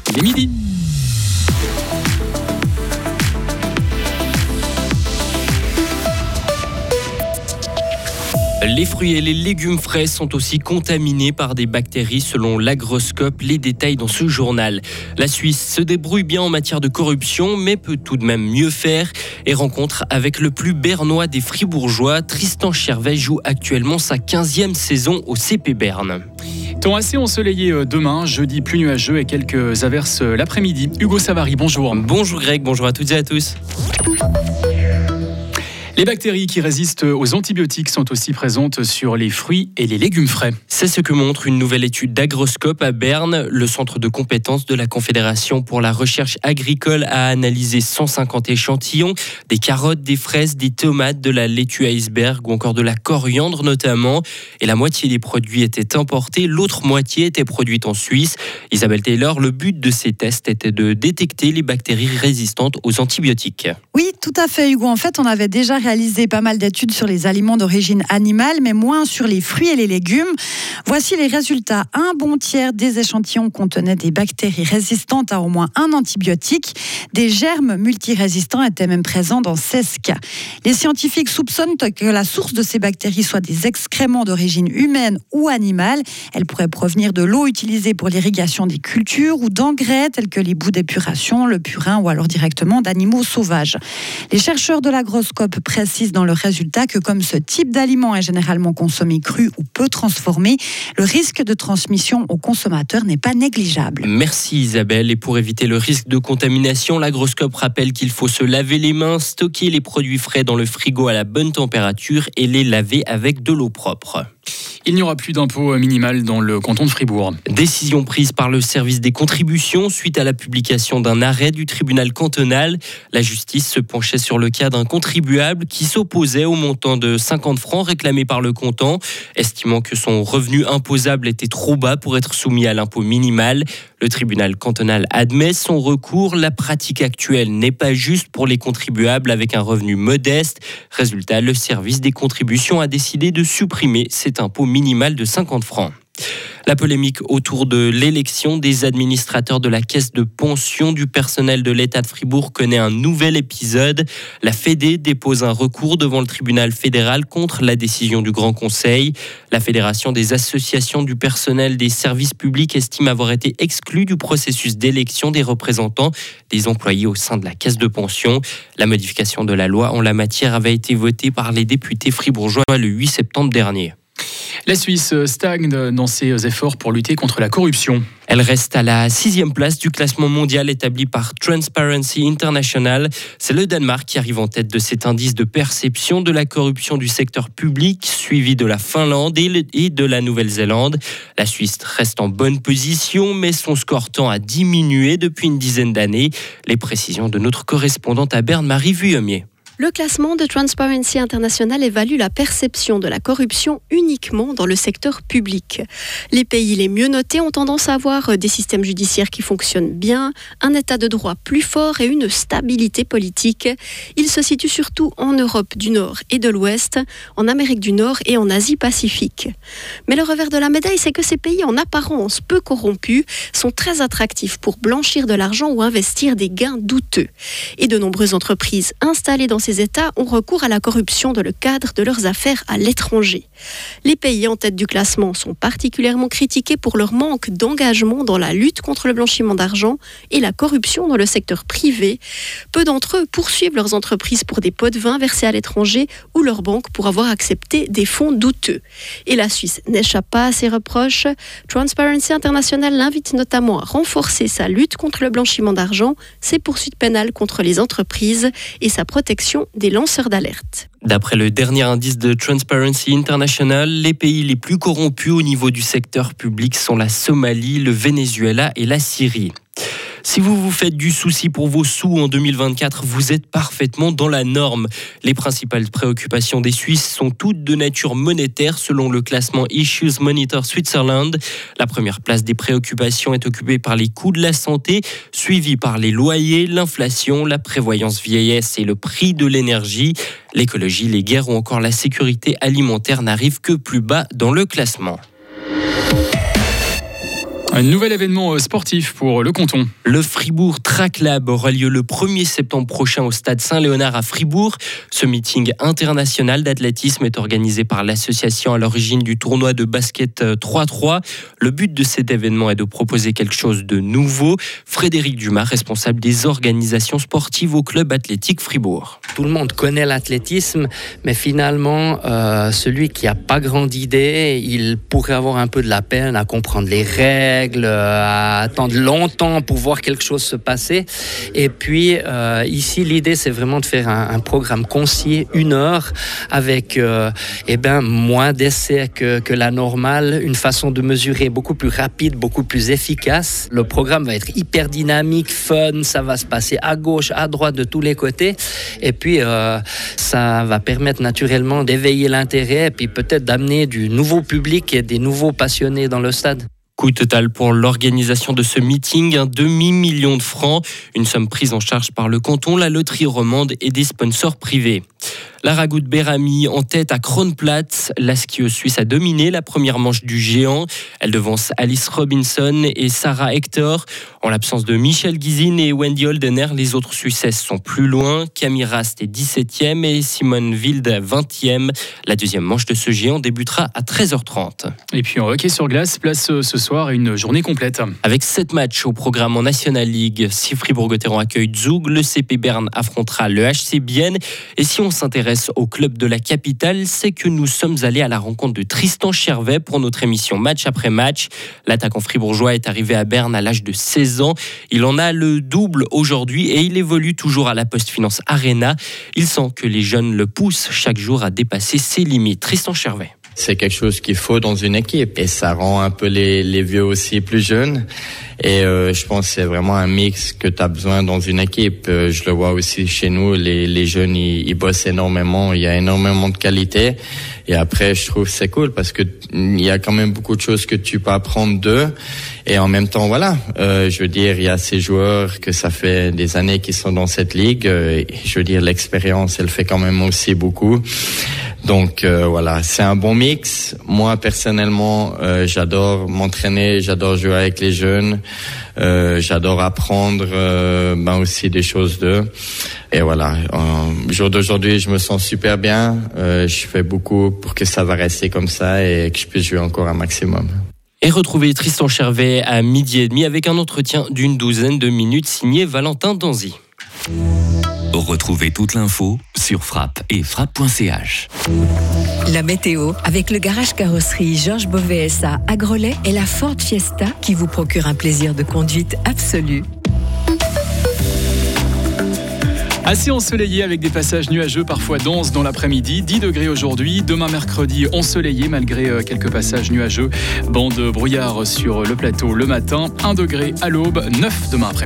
Il est midi. Les fruits et les légumes frais sont aussi contaminés par des bactéries selon l'Agroscope. Les détails dans ce journal. La Suisse se débrouille bien en matière de corruption, mais peut tout de même mieux faire. Et rencontre avec le plus bernois des Fribourgeois, Tristan Chervet joue actuellement sa 15e saison au CP Berne. Temps assez ensoleillé demain, jeudi plus nuageux et quelques averses l'après-midi. Hugo Savary, bonjour. Bonjour Greg, bonjour à toutes et à tous. Les bactéries qui résistent aux antibiotiques sont aussi présentes sur les fruits et les légumes frais. C'est ce que montre une nouvelle étude d'Agroscope à Berne. Le centre de compétences de la Confédération pour la recherche agricole a analysé 150 échantillons, des carottes, des fraises, des tomates, de la laitue iceberg ou encore de la coriandre notamment. Et la moitié des produits étaient importés, l'autre moitié était produite en Suisse. Isabelle Taylor, le but de ces tests était de détecter les bactéries résistantes aux antibiotiques. Oui, tout à fait Hugo. En fait, on avait déjà réalisé pas mal d'études sur les aliments d'origine animale, mais moins sur les fruits et les légumes. Voici les résultats. Un bon tiers des échantillons contenaient des bactéries résistantes à au moins un antibiotique. Des germes multirésistants étaient même présents dans 16 cas. Les scientifiques soupçonnent que la source de ces bactéries soit des excréments d'origine humaine ou animale. Elles pourraient provenir de l'eau utilisée pour l'irrigation des cultures ou d'engrais tels que les boues d'épuration, le purin ou alors directement d'animaux sauvages. Les chercheurs de l'Agroscope précisent dans le résultat que comme ce type d'aliment est généralement consommé cru ou peu transformé, le risque de transmission aux consommateurs n'est pas négligeable. Merci Isabelle. Et pour éviter le risque de contamination, l'Agroscope rappelle qu'il faut se laver les mains, stocker les produits frais dans le frigo à la bonne température et les laver avec de l'eau propre. Il n'y aura plus d'impôt minimal dans le canton de Fribourg. Décision prise par le service des contributions suite à la publication d'un arrêt du tribunal cantonal. La justice se penchait sur le cas d'un contribuable qui s'opposait au montant de 50 francs réclamé par le canton, estimant que son revenu imposable était trop bas pour être soumis à l'impôt minimal. Le tribunal cantonal admet son recours. La pratique actuelle n'est pas juste pour les contribuables avec un revenu modeste. Résultat, le service des contributions a décidé de supprimer cet impôt minimal de 50 francs. La polémique autour de l'élection des administrateurs de la caisse de pension du personnel de l'État de Fribourg connaît un nouvel épisode. La Fédé dépose un recours devant le tribunal fédéral contre la décision du Grand Conseil. La Fédération des associations du personnel des services publics estime avoir été exclue du processus d'élection des représentants des employés au sein de la caisse de pension. La modification de la loi en la matière avait été votée par les députés fribourgeois le 8 septembre dernier. La Suisse stagne dans ses efforts pour lutter contre la corruption. Elle reste à la 6e place du classement mondial établi par Transparency International. C'est le Danemark qui arrive en tête de cet indice de perception de la corruption du secteur public, suivi de la Finlande et de la Nouvelle-Zélande. La Suisse reste en bonne position, mais son score tend à diminuer depuis une dizaine d'années. Les précisions de notre correspondante à Berne, Marie Vuillemier. Le classement de Transparency International évalue la perception de la corruption uniquement dans le secteur public. Les pays les mieux notés ont tendance à avoir des systèmes judiciaires qui fonctionnent bien, un état de droit plus fort et une stabilité politique. Ils se situent surtout en Europe du Nord et de l'Ouest, en Amérique du Nord et en Asie-Pacifique. Mais le revers de la médaille, c'est que ces pays en apparence peu corrompus sont très attractifs pour blanchir de l'argent ou investir des gains douteux. Et de nombreuses entreprises installées dans ces États ont recours à la corruption dans le cadre de leurs affaires à l'étranger. Les pays en tête du classement sont particulièrement critiqués pour leur manque d'engagement dans la lutte contre le blanchiment d'argent et la corruption dans le secteur privé. Peu d'entre eux poursuivent leurs entreprises pour des pots de vin versés à l'étranger ou leur banque pour avoir accepté des fonds douteux. Et la Suisse n'échappe pas à ces reproches. Transparency International l'invite notamment à renforcer sa lutte contre le blanchiment d'argent, ses poursuites pénales contre les entreprises et sa protection des lanceurs d'alerte. D'après le dernier indice de Transparency International, les pays les plus corrompus au niveau du secteur public sont la Somalie, le Venezuela et la Syrie. Si vous vous faites du souci pour vos sous en 2024, vous êtes parfaitement dans la norme. Les principales préoccupations des Suisses sont toutes de nature monétaire selon le classement Issues Monitor Switzerland. La première place des préoccupations est occupée par les coûts de la santé, suivie par les loyers, l'inflation, la prévoyance vieillesse et le prix de l'énergie. L'écologie, les guerres ou encore la sécurité alimentaire n'arrivent que plus bas dans le classement. Un nouvel événement sportif pour le canton. Le Fribourg Track Lab aura lieu le 1er septembre prochain au stade Saint-Léonard à Fribourg. Ce meeting international d'athlétisme est organisé par l'association à l'origine du tournoi de basket 3-3. Le but de cet événement est de proposer quelque chose de nouveau. Frédéric Dumas, responsable des organisations sportives au club athlétique Fribourg. Tout le monde connaît l'athlétisme, mais finalement, celui qui n'a pas grande idée, il pourrait avoir un peu de la peine à comprendre les règles, à attendre longtemps pour voir quelque chose se passer. Et puis ici, l'idée, c'est vraiment de faire un programme concis, 1 heure, avec moins d'essais que la normale, une façon de mesurer beaucoup plus rapide, beaucoup plus efficace. Le programme va être hyper dynamique, fun, ça va se passer à gauche, à droite, de tous les côtés. Et puis, ça va permettre naturellement d'éveiller l'intérêt et puis peut-être d'amener du nouveau public et des nouveaux passionnés dans le stade. Coût total pour l'organisation de ce meeting, 2,5 millions de francs. Une somme prise en charge par le canton, la loterie romande et des sponsors privés. La Ragout Bérami en tête à Kronplatz. La skieuse suisse a dominé la première manche du géant. Elle devance Alice Robinson et Sarah Hector. En l'absence de Michelle Gizin et Wendy Holdener, les autres Suissesses sont plus loin. Camille Rast est 17e et Simone Wild 20e. La deuxième manche de ce géant débutera à 13h30. Et puis en hockey sur glace, place ce soir à une journée complète. Avec 7 matchs au programme en National League, si Fribourg-Gotteron accueille Zug, le CP Berne affrontera le HC Bienne. Et si on s'intéresse au club de la capitale, c'est que nous sommes allés à la rencontre de Tristan Chervet pour notre émission Match après match. L'attaquant fribourgeois est arrivé à Berne à l'âge de 16 ans. Il en a le double aujourd'hui et il évolue toujours à la PostFinance Arena. Il sent que les jeunes le poussent chaque jour à dépasser ses limites. Tristan Chervet. C'est quelque chose qu'il faut dans une équipe et ça rend un peu les vieux aussi plus jeunes. Et je pense que c'est vraiment un mix que tu as besoin dans une équipe. Je le vois aussi chez nous, les jeunes, ils bossent énormément, il y a énormément de qualité. Et après, je trouve que c'est cool parce que il y a quand même beaucoup de choses que tu peux apprendre d'eux. Et en même temps, voilà, je veux dire, il y a ces joueurs que ça fait des années qu'ils sont dans cette ligue. Je veux dire, l'expérience, elle fait quand même aussi beaucoup. Donc voilà, c'est un bon mix. Moi personnellement, j'adore m'entraîner, j'adore jouer avec les jeunes, j'adore apprendre aussi des choses d'eux. Et voilà, au jour d'aujourd'hui, je me sens super bien. Je fais beaucoup pour que ça va rester comme ça et que je puisse jouer encore un maximum. Et retrouvez Tristan Chervet à 12h30 avec un entretien d'une douzaine de minutes signé Valentin Danzy. Retrouvez toute l'info sur Frappe et frappe.ch. La météo avec le garage carrosserie Georges Beauvais SA à Grelais et la Ford Fiesta qui vous procure un plaisir de conduite absolu. Assez ensoleillé avec des passages nuageux parfois denses dans l'après-midi. 10 degrés aujourd'hui. Demain mercredi ensoleillé malgré quelques passages nuageux. Bande brouillard sur le plateau le matin. 1 degré à l'aube. 9 demain après-midi.